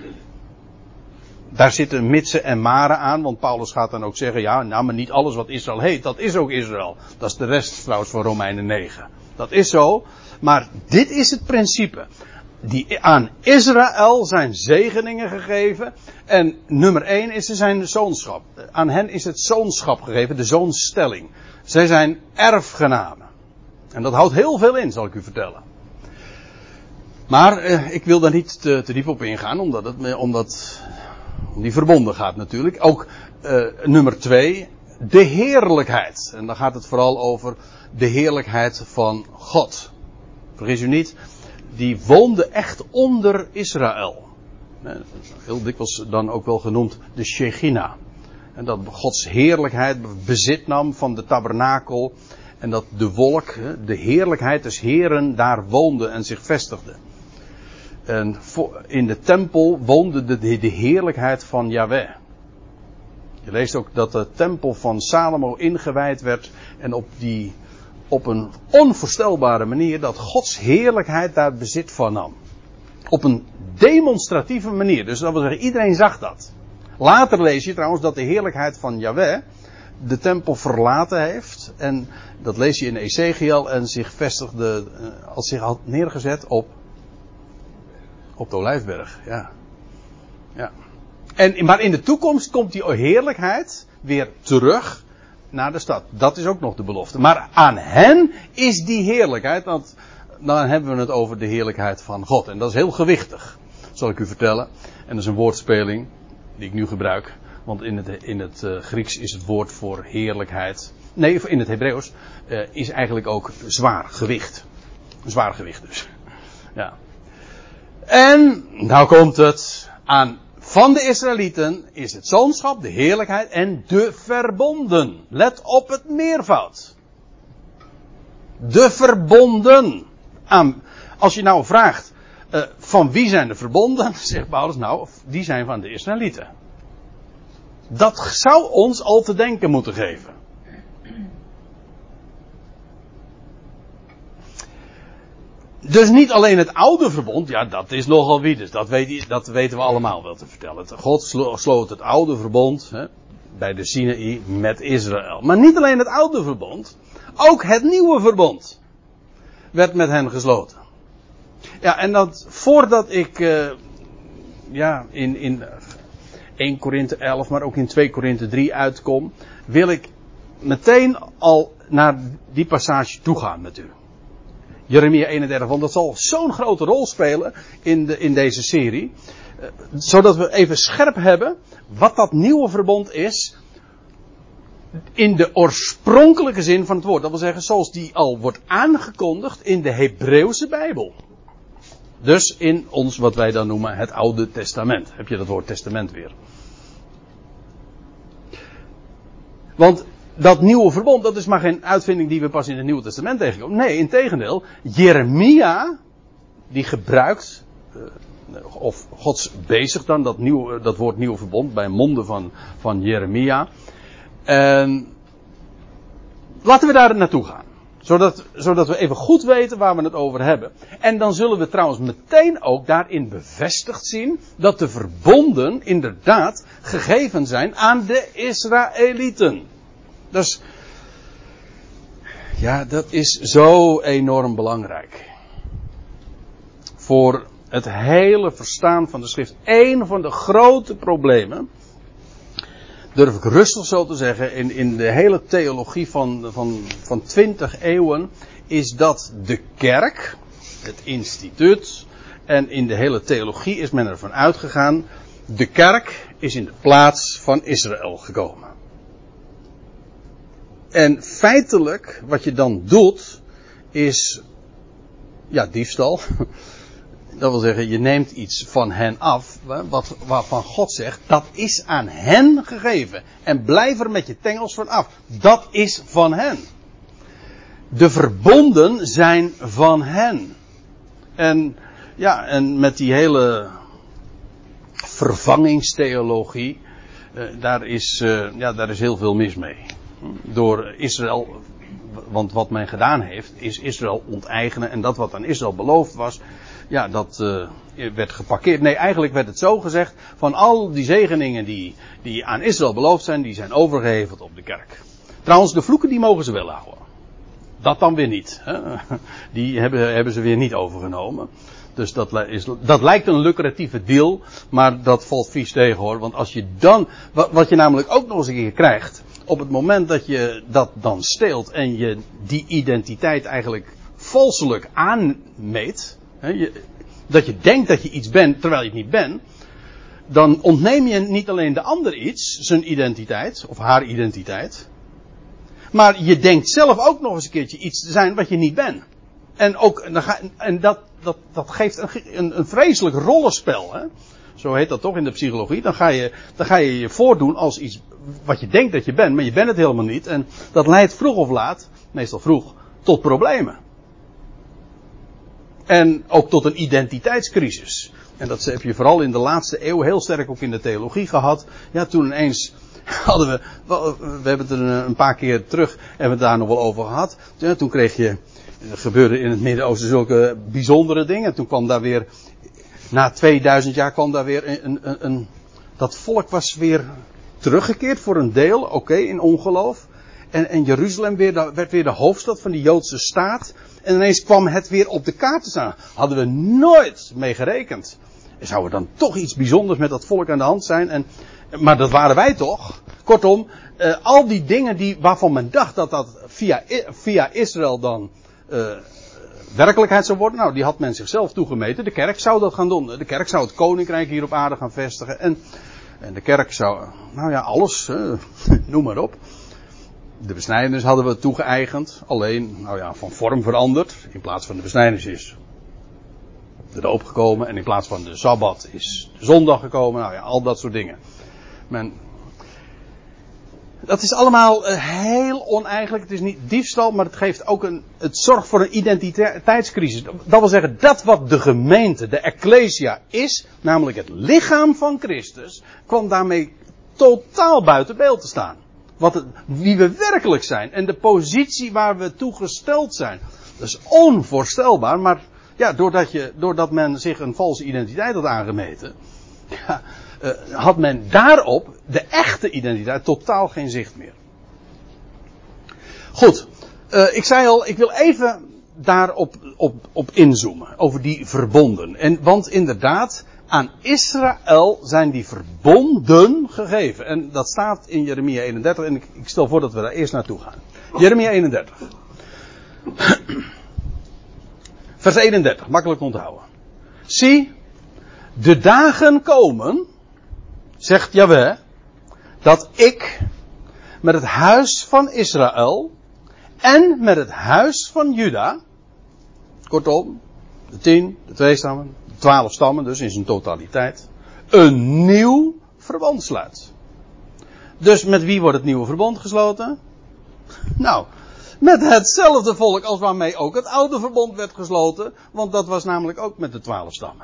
Daar zitten mitsen en maren aan, want Paulus gaat dan ook zeggen, ja, nou, maar niet alles wat Israël heet, dat is ook Israël. Dat is de rest trouwens van Romeinen 9. Dat is zo, maar dit is het principe. Aan Israël zijn zegeningen gegeven. En nummer 1 is zijn zoonschap. Aan hen is het zoonschap gegeven, de zoonstelling. Zij zijn erfgenamen. En dat houdt heel veel in, zal ik u vertellen. Maar ik wil daar niet te diep op ingaan, omdat het om die verbonden gaat natuurlijk. Ook nummer 2, de heerlijkheid. En dan gaat het vooral over de heerlijkheid van God. Vergis u niet. Die woonde echt onder Israël. Heel dikwijls dan ook wel genoemd de Shechina. En dat Gods heerlijkheid bezit nam van de tabernakel. En dat de wolk, de heerlijkheid des Heren, daar woonde en zich vestigde. En in de tempel woonde de heerlijkheid van Yahweh. Je leest ook dat de tempel van Salomo ingewijd werd. En op een onvoorstelbare manier dat Gods heerlijkheid daar bezit van nam. Op een demonstratieve manier. Dus dat wil zeggen, iedereen zag dat. Later lees je trouwens dat de heerlijkheid van Yahweh de tempel verlaten heeft. En dat lees je in Ezekiel en zich vestigde, als zich had neergezet op de Olijfberg. Ja. Maar in de toekomst komt die heerlijkheid weer terug naar de stad. Dat is ook nog de belofte. Maar aan hen is die heerlijkheid. Want dan hebben we het over de heerlijkheid van God. En dat is heel gewichtig. Zal ik u vertellen. En dat is een woordspeling die ik nu gebruik. Want in het Grieks is het woord voor heerlijkheid. Nee, in het Hebreeuws is eigenlijk ook zwaar gewicht. Een zwaar gewicht dus. Ja. En nou komt het aan. Van de Israëlieten is het zoonschap, de heerlijkheid en de verbonden. Let op het meervoud. De verbonden. Als je nou vraagt, van wie zijn de verbonden? Zegt Paulus, nou, die zijn van de Israëlieten. Dat zou ons al te denken moeten geven. Dus niet alleen het oude verbond, ja, dat is nogal wie, dus dat weten we allemaal wel te vertellen. God sloot het oude verbond bij de Sinaï met Israël. Maar niet alleen het oude verbond, ook het nieuwe verbond werd met hen gesloten. Ja, en dat voordat ik in 1 Korinthe 11, maar ook in 2 Korinthe 3 uitkom, wil ik meteen al naar die passage toegaan met u. Jeremia 31, want dat zal zo'n grote rol spelen in deze serie. Zodat we even scherp hebben wat dat nieuwe verbond is. In de oorspronkelijke zin van het woord. Dat wil zeggen zoals die al wordt aangekondigd in de Hebreeuwse Bijbel. Dus in ons wat wij dan noemen het Oude Testament. Heb je dat woord testament weer. Want dat nieuwe verbond, dat is maar geen uitvinding die we pas in het Nieuwe Testament tegenkomen. Nee, integendeel. Jeremia, die gebruikt, of Gods bezig dan, dat woord nieuw verbond, bij monden van Jeremia. Laten we daar naartoe gaan. Zodat we even goed weten waar we het over hebben. En dan zullen we trouwens meteen ook daarin bevestigd zien dat de verbonden inderdaad gegeven zijn aan de Israëlieten. Dus, ja, dat is zo enorm belangrijk. Voor het hele verstaan van de schrift. Eén van de grote problemen. durf ik rustig zo te zeggen, in de hele theologie van 20 eeuwen, is dat de kerk, het instituut, en in de hele theologie is men ervan uitgegaan, de kerk is in de plaats van Israël gekomen. En feitelijk, wat je dan doet, is, ja, diefstal. Dat wil zeggen, je neemt iets van hen af, waarvan God zegt, dat is aan hen gegeven. En blijf er met je tengels van af. Dat is van hen. De verbonden zijn van hen. En ja, en met die hele vervangingstheologie, daar is heel veel mis mee. Door Israël, want wat men gedaan heeft, is Israël onteigenen. En dat wat aan Israël beloofd was, ja, dat werd geparkeerd. Nee, eigenlijk werd het zo gezegd, van al die zegeningen die aan Israël beloofd zijn, die zijn overgeheveld op de kerk. Trouwens, de vloeken die mogen ze wel houden. Dat dan weer niet. Hè? Die hebben ze weer niet overgenomen. Dus dat lijkt een lucratieve deal, maar dat valt vies tegen hoor. Want als je dan, wat je namelijk ook nog eens een keer krijgt, op het moment dat je dat dan steelt en je die identiteit eigenlijk valselijk aanmeet, hè, dat je denkt dat je iets bent terwijl je het niet bent, dan ontneem je niet alleen de ander iets, zijn identiteit of haar identiteit, maar je denkt zelf ook nog eens een keertje iets te zijn wat je niet bent. En dat geeft een vreselijk rollenspel. Hè? Zo heet dat toch in de psychologie. Dan ga je je voordoen als iets wat je denkt dat je bent, maar je bent het helemaal niet. En dat leidt vroeg of laat, meestal vroeg, tot problemen. En ook tot een identiteitscrisis. En dat heb je vooral in de laatste eeuw heel sterk ook in de theologie gehad. Ja, toen ineens we hebben het er een paar keer terug, hebben we het daar nog wel over gehad. Ja, toen kreeg je, er gebeurde in het Midden-Oosten zulke bijzondere dingen. Toen kwam daar weer, na 2000 jaar kwam daar weer dat volk was weer teruggekeerd voor een deel, oké, in ongeloof. En Jeruzalem werd weer de hoofdstad van die Joodse staat. En ineens kwam het weer op de kaart te staan. Hadden we nooit mee gerekend. Zou er dan toch iets bijzonders met dat volk aan de hand zijn? Maar dat waren wij toch? Kortom, al die dingen waarvan men dacht dat via Israël dan werkelijkheid zou worden. Nou, die had men zichzelf toegemeten. De kerk zou dat gaan doen. De kerk zou het koninkrijk hier op aarde gaan vestigen. En de kerk zou, nou ja, alles, noem maar op. De besnijdenis hadden we toegeëigend. Alleen, nou ja, van vorm veranderd. In plaats van de besnijdenis is de doop gekomen. En in plaats van de Sabbat is de zondag gekomen. Nou ja, al dat soort dingen. Dat is allemaal heel oneigenlijk. Het is niet diefstal, maar het geeft ook het zorgt voor een identiteitscrisis. Dat wil zeggen, dat wat de gemeente, de Ecclesia is, namelijk het lichaam van Christus, kwam daarmee totaal buiten beeld te staan. Wie we werkelijk zijn en de positie waar we toe gesteld zijn. Dat is onvoorstelbaar, maar ja, doordat men zich een valse identiteit had aangemeten, ja, had men daarop, de echte identiteit, totaal geen zicht meer. Goed, ik zei al, ik wil even daarop op inzoomen, over die verbonden. Want inderdaad, aan Israël zijn die verbonden gegeven. En dat staat in Jeremia 31, en ik stel voor dat we daar eerst naartoe gaan. Jeremia 31. Vers 31, makkelijk onthouden. Zie, de dagen komen, zegt Jahweh, dat ik met het huis van Israël en met het huis van Juda, kortom, de 10, de 2 stammen, de 12 stammen, dus in zijn totaliteit, een nieuw verbond sluit. Dus met wie wordt het nieuwe verbond gesloten? Nou, met hetzelfde volk als waarmee ook het oude verbond werd gesloten, want dat was namelijk ook met de 12 stammen.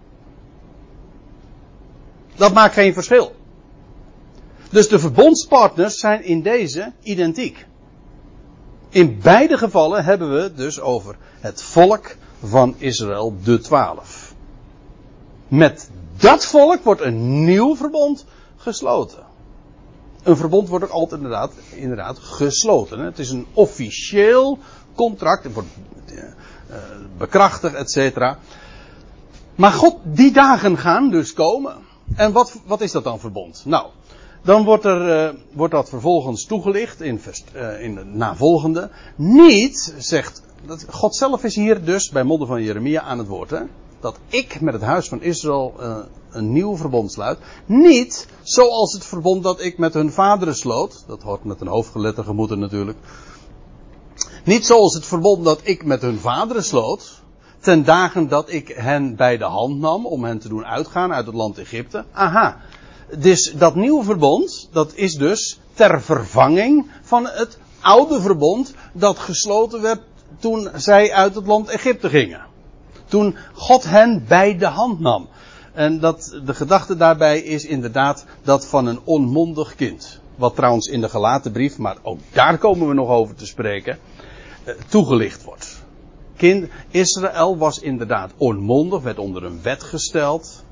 Dat maakt geen verschil. Dus de verbondspartners zijn in deze identiek. In beide gevallen hebben we het dus over het volk van Israël, de 12. Met dat volk wordt een nieuw verbond gesloten. Een verbond wordt ook altijd inderdaad gesloten. Het is een officieel contract. Het wordt bekrachtigd, et cetera. Maar God, die dagen gaan dus komen. En wat is dat dan verbond? Nou, Dan wordt dat vervolgens toegelicht in het navolgende. Niet, zegt, God zelf is hier dus bij monden van Jeremia aan het woord. Hè, dat ik met het huis van Israël een nieuw verbond sluit. Niet zoals het verbond dat ik met hun vaderen sloot. Dat hoort met een hoofdletter gemoeten natuurlijk. Niet zoals het verbond dat ik met hun vaderen sloot. Ten dagen dat ik hen bij de hand nam om hen te doen uitgaan uit het land Egypte. Aha. Dus dat nieuwe verbond, dat is dus ter vervanging van het oude verbond dat gesloten werd toen zij uit het land Egypte gingen. Toen God hen bij de hand nam. En de gedachte daarbij is inderdaad dat van een onmondig kind. Wat trouwens in de Galatenbrief, maar ook daar komen we nog over te spreken, toegelicht wordt. Israël was inderdaad onmondig, werd onder een wet gesteld.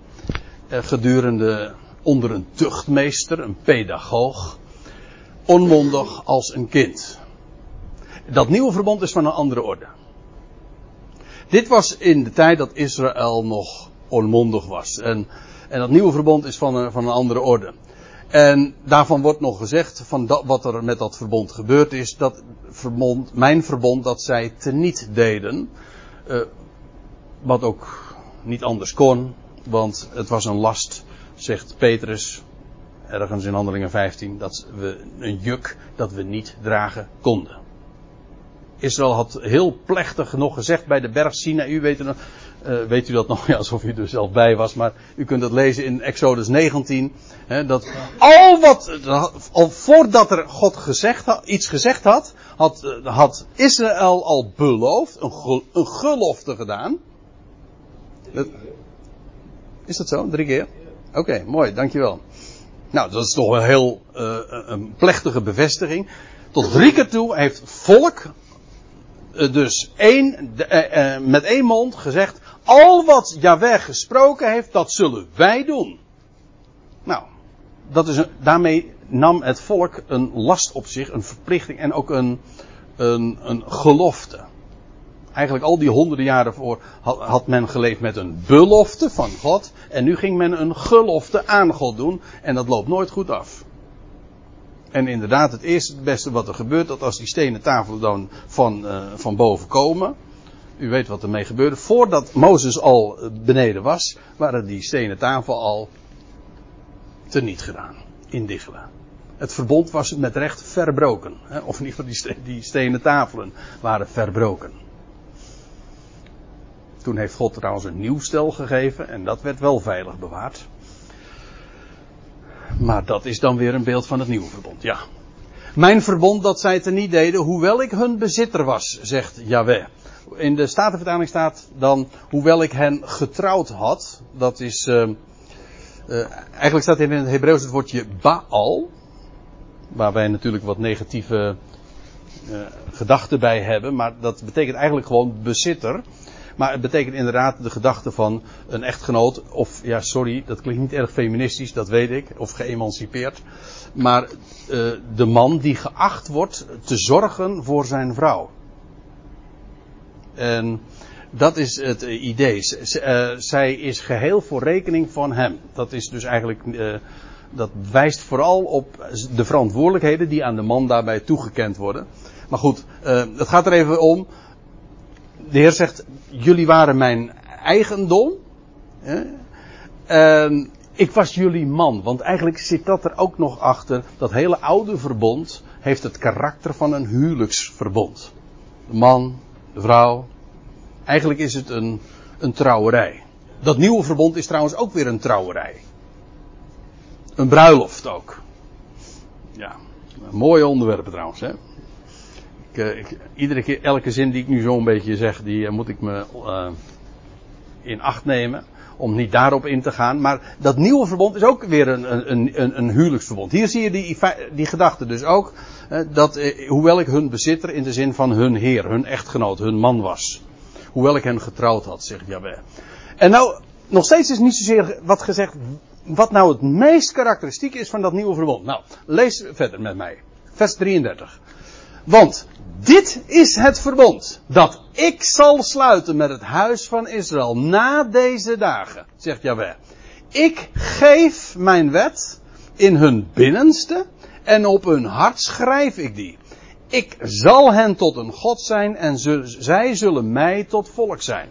Onder een tuchtmeester, een pedagoog. Onmondig als een kind. Dat nieuwe verbond is van een andere orde. Dit was in de tijd dat Israël nog onmondig was. En dat nieuwe verbond is van een andere orde. En daarvan wordt nog gezegd, van wat er met dat verbond gebeurd is, dat mijn verbond dat zij teniet deden. Wat ook niet anders kon, want het was een last, zegt Petrus, ergens in Handelingen 15, dat we een juk dat we niet dragen konden. Israël had heel plechtig nog gezegd bij de berg Sinaï, weet u dat nog? Ja, alsof u er zelf bij was, maar u kunt dat lezen in Exodus 19. Dat al voordat er God iets gezegd had Israël al beloofd, een gelofte gedaan. Is dat zo? 3 keer? Oké, mooi, dankjewel. Nou, dat is toch wel heel een plechtige bevestiging. Tot 3 keer toe heeft volk dus met één mond gezegd, al wat Jahweh gesproken heeft, dat zullen wij doen. Nou, daarmee nam het volk een last op zich, een verplichting en ook een gelofte. Eigenlijk al die honderden jaren voor had men geleefd met een belofte van God. En nu ging men een gelofte aan God doen. En dat loopt nooit goed af. En inderdaad, het eerste het beste wat er gebeurt, dat als die stenen tafelen dan van boven komen. U weet wat ermee gebeurde. Voordat Mozes al beneden was, waren die stenen tafel al teniet gedaan. In Dichelen. Het verbond was met recht verbroken. Of in ieder geval die stenen tafelen waren verbroken. Toen heeft God trouwens een nieuw stel gegeven. En dat werd wel veilig bewaard. Maar dat is dan weer een beeld van het nieuwe verbond. Ja. Mijn verbond dat zij teniet deden, hoewel ik hun bezitter was, zegt Jahweh. In de Statenvertaling staat dan, hoewel ik hen getrouwd had. Dat is, eigenlijk staat in het Hebreeuws het woordje Baal. Waar wij natuurlijk wat negatieve gedachten bij hebben. Maar dat betekent eigenlijk gewoon bezitter. Maar het betekent inderdaad de gedachte van een echtgenoot. Of, ja sorry, dat klinkt niet erg feministisch, dat weet ik. Of geëmancipeerd. Maar de man die geacht wordt te zorgen voor zijn vrouw. En dat is het idee. Zij is geheel voor rekening van hem. Dat is dus eigenlijk, dat wijst vooral op de verantwoordelijkheden die aan de man daarbij toegekend worden. Maar goed, het gaat er even om. De Heer zegt, jullie waren mijn eigendom. Ik was jullie man. Want eigenlijk zit dat er ook nog achter. Dat hele oude verbond heeft het karakter van een huwelijksverbond. De man, de vrouw. Eigenlijk is het een trouwerij. Dat nieuwe verbond is trouwens ook weer een trouwerij. Een bruiloft ook. Ja, mooie onderwerpen trouwens, hè. Iedere keer, elke zin die ik nu zo'n beetje zeg, die moet ik me in acht nemen. Om niet daarop in te gaan. Maar dat nieuwe verbond is ook weer een huwelijksverbond. Hier zie je die gedachte dus ook. Hoewel ik hun bezitter in de zin van hun heer, hun echtgenoot, hun man was. Hoewel ik hen getrouwd had, zegt Jahweh. En nou, nog steeds is niet zozeer wat gezegd, wat nou het meest karakteristiek is van dat nieuwe verbond. Nou, lees verder met mij. Vers 33. Want dit is het verbond dat ik zal sluiten met het huis van Israël na deze dagen, zegt Jahweh. Ik geef mijn wet in hun binnenste en op hun hart schrijf ik die. Ik zal hen tot een God zijn en zij zullen mij tot volk zijn.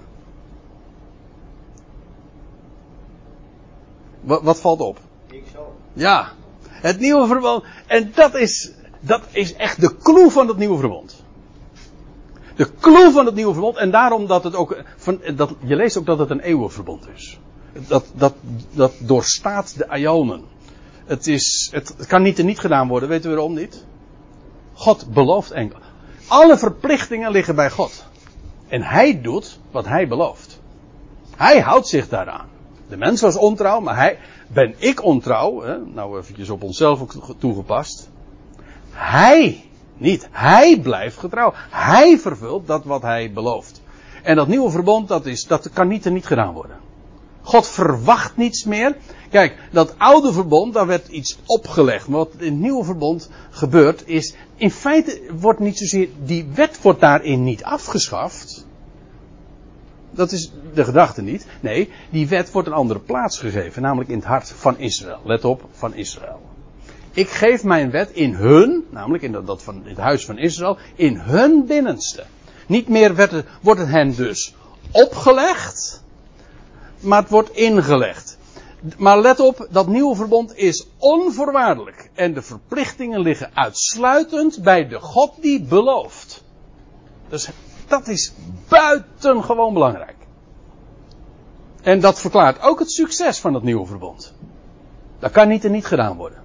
Wat valt op? Ik zal. Ja, het nieuwe verbond. En dat is echt de clue van het nieuwe verbond. De clue van het nieuwe verbond. En daarom dat het ook. Je leest ook dat het een eeuwenverbond is. Dat doorstaat de aionen. Het kan niet gedaan worden. Weten we waarom niet? God belooft enkel. Alle verplichtingen liggen bij God. En hij doet wat hij belooft. Hij houdt zich daaraan. De mens was ontrouw, maar ben ik ontrouw? Hè? Nou eventjes op onszelf ook toegepast. Hij niet. Hij blijft getrouw. Hij vervult dat wat hij belooft. En dat nieuwe verbond, dat kan niet gedaan worden. God verwacht niets meer. Kijk, dat oude verbond, daar werd iets opgelegd. Maar wat in het nieuwe verbond gebeurt is, in feite wordt niet zozeer, die wet wordt daarin niet afgeschaft. Dat is de gedachte niet. Nee, die wet wordt een andere plaats gegeven. Namelijk in het hart van Israël. Let op, van Israël. Ik geef mijn wet in hun, namelijk in het huis van Israël, in hun binnenste. Niet meer wordt het hen dus opgelegd, maar het wordt ingelegd. Maar let op, dat nieuwe verbond is onvoorwaardelijk. En de verplichtingen liggen uitsluitend bij de God die belooft. Dus dat is buitengewoon belangrijk. En dat verklaart ook het succes van het nieuwe verbond. Dat kan niet gedaan worden.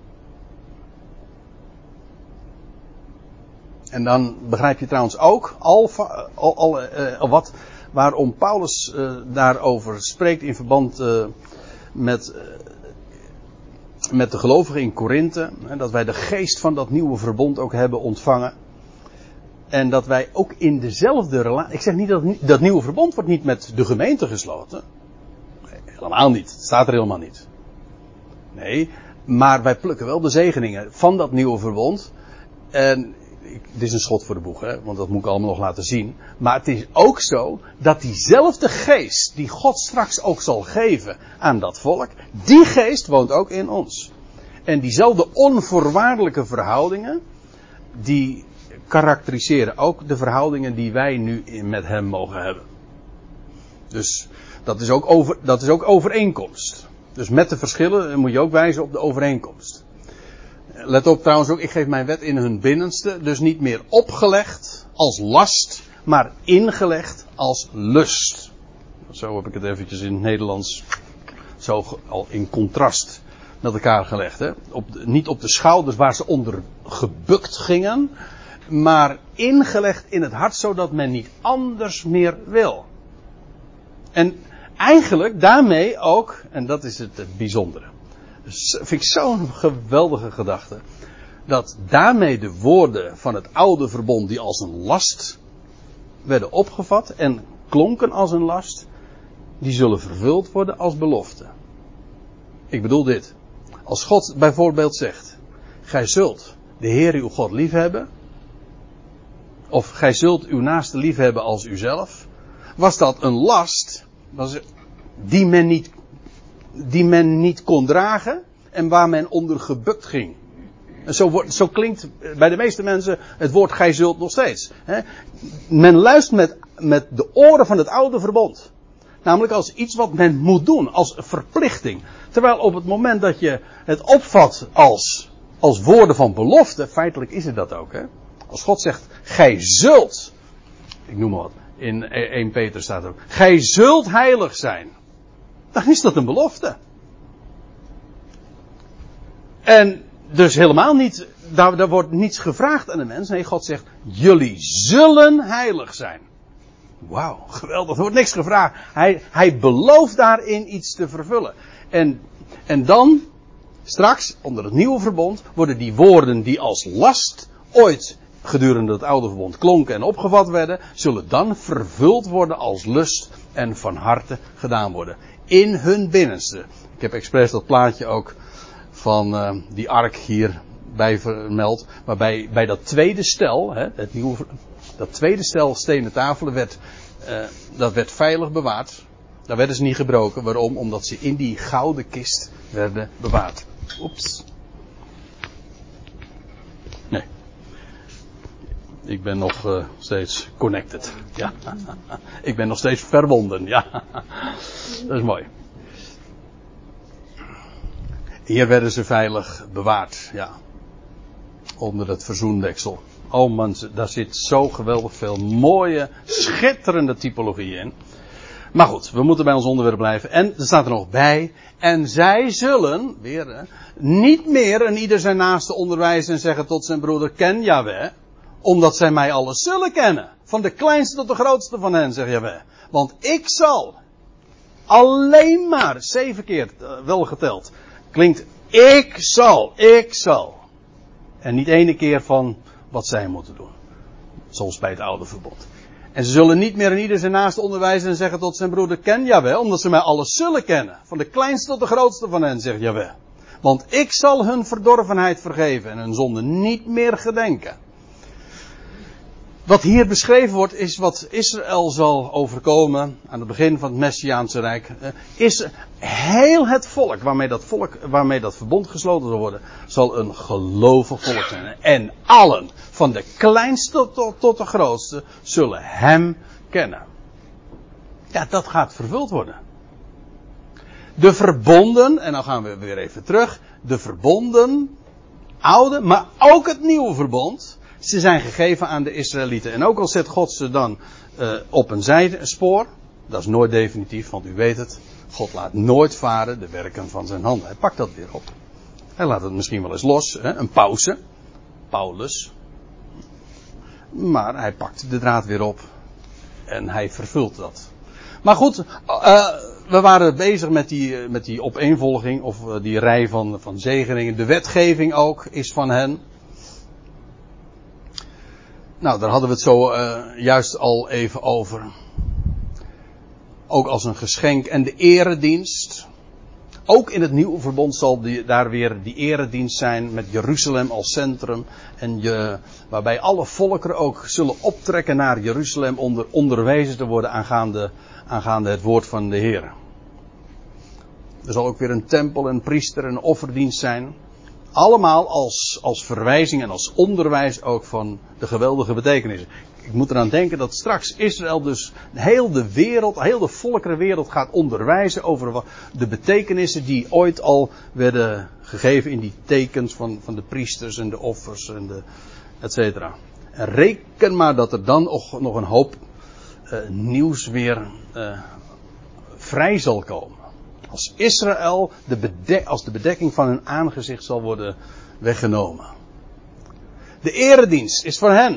En dan begrijp je trouwens ook waarom Paulus daarover spreekt in verband met de gelovigen in Korinthe. Dat wij de geest van dat nieuwe verbond ook hebben ontvangen. En dat wij ook in dezelfde relatie. Ik zeg niet dat nieuwe verbond wordt niet met de gemeente gesloten. Nee, helemaal niet. Het staat er helemaal niet. Nee, maar wij plukken wel de zegeningen van dat nieuwe verbond. En dit is een schot voor de boeg, hè, want dat moet ik allemaal nog laten zien. Maar het is ook zo dat diezelfde geest die God straks ook zal geven aan dat volk, die geest woont ook in ons. En diezelfde onvoorwaardelijke verhoudingen, die karakteriseren ook de verhoudingen die wij nu met hem mogen hebben. Dus dat is ook overeenkomst. Dus met de verschillen moet je ook wijzen op de overeenkomst. Let op trouwens ook, ik geef mijn wet in hun binnenste. Dus niet meer opgelegd als last, maar ingelegd als lust. Zo heb ik het eventjes in het Nederlands zo al in contrast met elkaar gelegd. Hè? Niet op de schouders waar ze onder gebukt gingen, maar ingelegd in het hart zodat men niet anders meer wil. En eigenlijk daarmee ook, en dat is het bijzondere. Dus vind ik zo'n geweldige gedachte. Dat daarmee de woorden van het oude verbond die als een last werden opgevat en klonken als een last, die zullen vervuld worden als belofte. Ik bedoel dit. Als God bijvoorbeeld zegt, gij zult de Heer uw God liefhebben, of gij zult uw naaste liefhebben als uzelf, was dat een last die men niet kon dragen en waar men onder gebukt ging. En zo klinkt bij de meeste mensen het woord gij zult nog steeds. Hè? Men luistert met de oren van het oude verbond. Namelijk als iets wat men moet doen, als verplichting. Terwijl op het moment dat je het opvat als woorden van belofte, feitelijk is het dat ook. Hè? Als God zegt, gij zult, ik noem maar wat, in 1 Peter staat er ook, gij zult heilig zijn. Dan is dat een belofte. En dus helemaal niet, daar wordt niets gevraagd aan de mens. Nee, God zegt, jullie zullen heilig zijn. Wauw, geweldig, er wordt niks gevraagd. Hij belooft daarin iets te vervullen. En dan, straks, onder het nieuwe verbond, worden die woorden die als last ooit gedurende het oude verbond klonken en opgevat werden, zullen dan vervuld worden als lust en van harte gedaan worden. In hun binnenste. Ik heb expres dat plaatje ook van die ark hierbij vermeld. Maar bij dat tweede stel, hè, dat tweede stel stenen tafelen dat werd veilig bewaard. Daar werden ze niet gebroken. Waarom? Omdat ze in die gouden kist werden bewaard. Oeps. Nee. Ik ben nog steeds connected. Ja. Ik ben nog steeds verbonden. Ja. Dat is mooi. Hier werden ze veilig bewaard. Ja. Onder het verzoendeksel. Oh man, daar zit zo geweldig veel mooie, schitterende typologie in. Maar goed, we moeten bij ons onderwerp blijven. En er staat er nog bij. En zij zullen, weer, niet meer een ieder zijn naaste onderwijzen en zeggen tot zijn broeder, ken Jahweh. Omdat zij mij alles zullen kennen. Van de kleinste tot de grootste van hen, zegt Jahweh. Want ik zal, alleen maar, 7 keer wel geteld, klinkt ik zal. En niet ene keer van wat zij moeten doen. Zoals bij het oude verbond. En ze zullen niet meer in ieder zijn naaste onderwijzen en zeggen tot zijn broeder, ken Jahweh, omdat ze mij alles zullen kennen. Van de kleinste tot de grootste van hen, zegt Jahweh. Want ik zal hun verdorvenheid vergeven en hun zonde niet meer gedenken. Wat hier beschreven wordt is wat Israël zal overkomen aan het begin van het Messiaanse Rijk. Is heel het volk waarmee dat verbond gesloten zal worden, zal een gelovig volk zijn. En allen, van de kleinste tot de grootste, zullen hem kennen. Ja, dat gaat vervuld worden. De verbonden, en dan gaan we weer even terug. De verbonden, oude, maar ook het nieuwe verbond. Ze zijn gegeven aan de Israëlieten. En ook al zet God ze dan op een zijspoor. Dat is nooit definitief, want u weet het. God laat nooit varen de werken van zijn handen. Hij pakt dat weer op. Hij laat het misschien wel eens los. Hè? Een pauze. Paulus. Maar hij pakt de draad weer op. En hij vervult dat. Maar goed, we waren bezig met die opeenvolging. Of die rij van zegeningen. De wetgeving ook is van hen. Nou, daar hadden we het zo juist al even over. Ook als een geschenk. En de eredienst. Ook in het nieuwe verbond zal daar weer die eredienst zijn met Jeruzalem als centrum. En waarbij alle volkeren ook zullen optrekken naar Jeruzalem om onderwezen te worden aangaande het woord van de Heer. Er zal ook weer een tempel, een priester, een offerdienst zijn. Allemaal als verwijzing en als onderwijs ook van de geweldige betekenissen. Ik moet eraan denken dat straks Israël dus heel de volkerenwereld gaat onderwijzen over de betekenissen die ooit al werden gegeven in die tekens van de priesters en de offers en et cetera. En reken maar dat er dan nog een hoop nieuws weer vrij zal komen. Als Israël als de bedekking van hun aangezicht zal worden weggenomen. De eredienst is voor hen.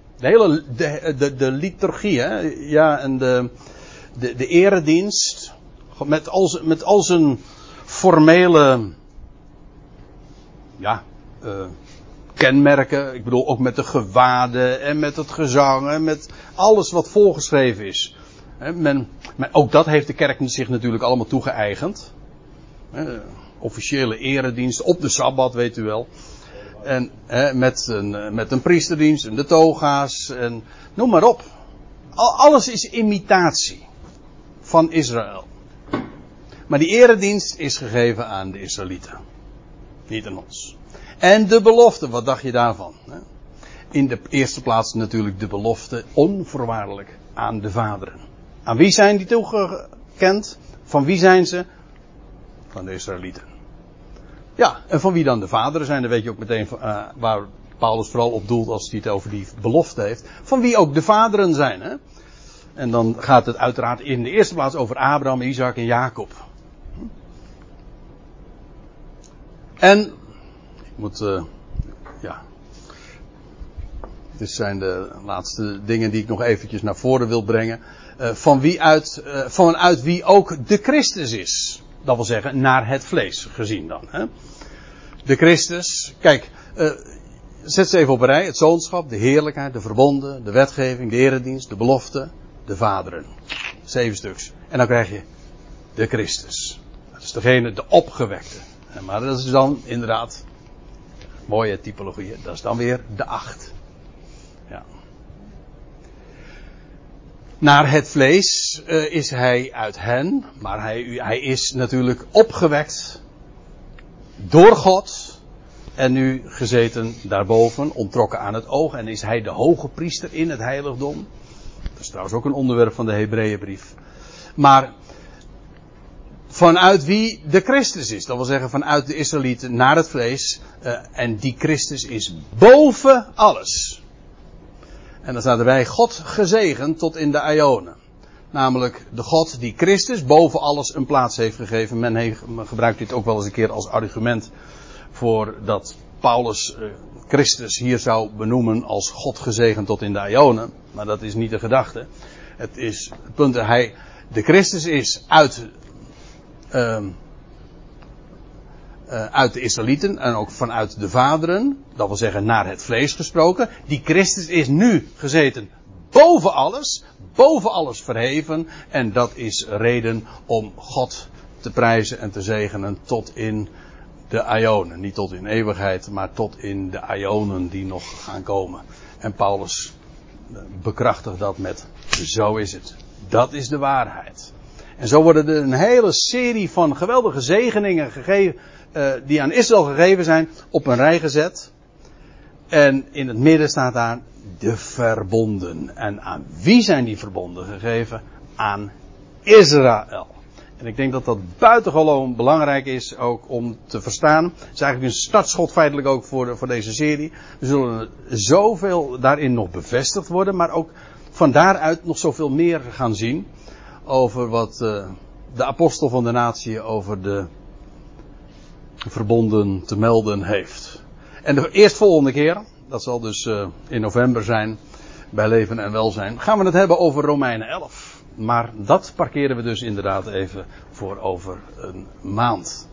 De liturgie, hè? Ja, en de eredienst met al zijn formele kenmerken. Ik bedoel ook met de gewaden en met het gezang en met alles wat voorgeschreven is. Maar ook dat heeft de kerk zich natuurlijk allemaal toegeëigend. Officiële eredienst op de Sabbat, weet u wel. En met een priesterdienst en de toga's en noem maar op. Alles is imitatie van Israël. Maar die eredienst is gegeven aan de Israëlieten. Niet aan ons. En de belofte, wat dacht je daarvan? In de eerste plaats natuurlijk de belofte onvoorwaardelijk aan de vaderen. Aan wie zijn die toegekend? Van wie zijn ze? Van de Israëlieten. Ja, en van wie dan de vaderen zijn, dan weet je ook meteen waar Paulus vooral op doelt als hij het over die belofte heeft. Van wie ook de vaderen zijn. Hè? En dan gaat het uiteraard in de eerste plaats over Abraham, Isaac en Jacob. En, ik moet, dit zijn de laatste dingen die ik nog eventjes naar voren wil brengen. Vanuit wie ook de Christus is. Dat wil zeggen, naar het vlees gezien dan. Hè? De Christus, kijk, zet ze even op een rij. Het zoonschap, de heerlijkheid, de verbonden, de wetgeving, de eredienst, de belofte, de vaderen. 7 stuks. En dan krijg je de Christus. Dat is degene, de opgewekte. Maar dat is dan inderdaad, mooie typologie, dat is dan weer de 8. Ja. Naar het vlees is hij uit hen, maar hij is natuurlijk opgewekt door God en nu gezeten daarboven, onttrokken aan het oog. En is hij de hoge priester in het heiligdom. Dat is trouwens ook een onderwerp van de Hebreeënbrief. Maar vanuit wie de Christus is. Dat wil zeggen vanuit de Israëlieten naar het vlees. En die Christus is boven alles. En dan staat erbij God gezegend tot in de aionen. Namelijk de God die Christus boven alles een plaats heeft gegeven. Men gebruikt dit ook wel eens een keer als argument voor dat Paulus Christus hier zou benoemen als God gezegend tot in de aionen. Maar dat is niet de gedachte. Het punt dat de Christus is uit de Israëlieten en ook vanuit de vaderen. Dat wil zeggen naar het vlees gesproken. Die Christus is nu gezeten boven alles verheven. En dat is reden om God te prijzen en te zegenen tot in de aionen. Niet tot in eeuwigheid, maar tot in de aionen die nog gaan komen. En Paulus bekrachtigt dat met: zo is het. Dat is de waarheid. En zo worden er een hele serie van geweldige zegeningen gegeven, die aan Israël gegeven zijn, op een rij gezet. En in het midden staat daar de verbonden. En aan wie zijn die verbonden gegeven? Aan Israël. En ik denk dat dat buitengewoon belangrijk is ook om te verstaan. Het is eigenlijk een startschot feitelijk ook voor deze serie. We zullen zoveel daarin nog bevestigd worden, maar ook van daaruit nog zoveel meer gaan zien over wat de apostel van de natie over de verbonden te melden heeft. En de eerstvolgende keer, dat zal dus in november zijn, bij Leven en Welzijn, gaan we het hebben over Romeinen 11. Maar dat parkeren we dus inderdaad even voor over een maand.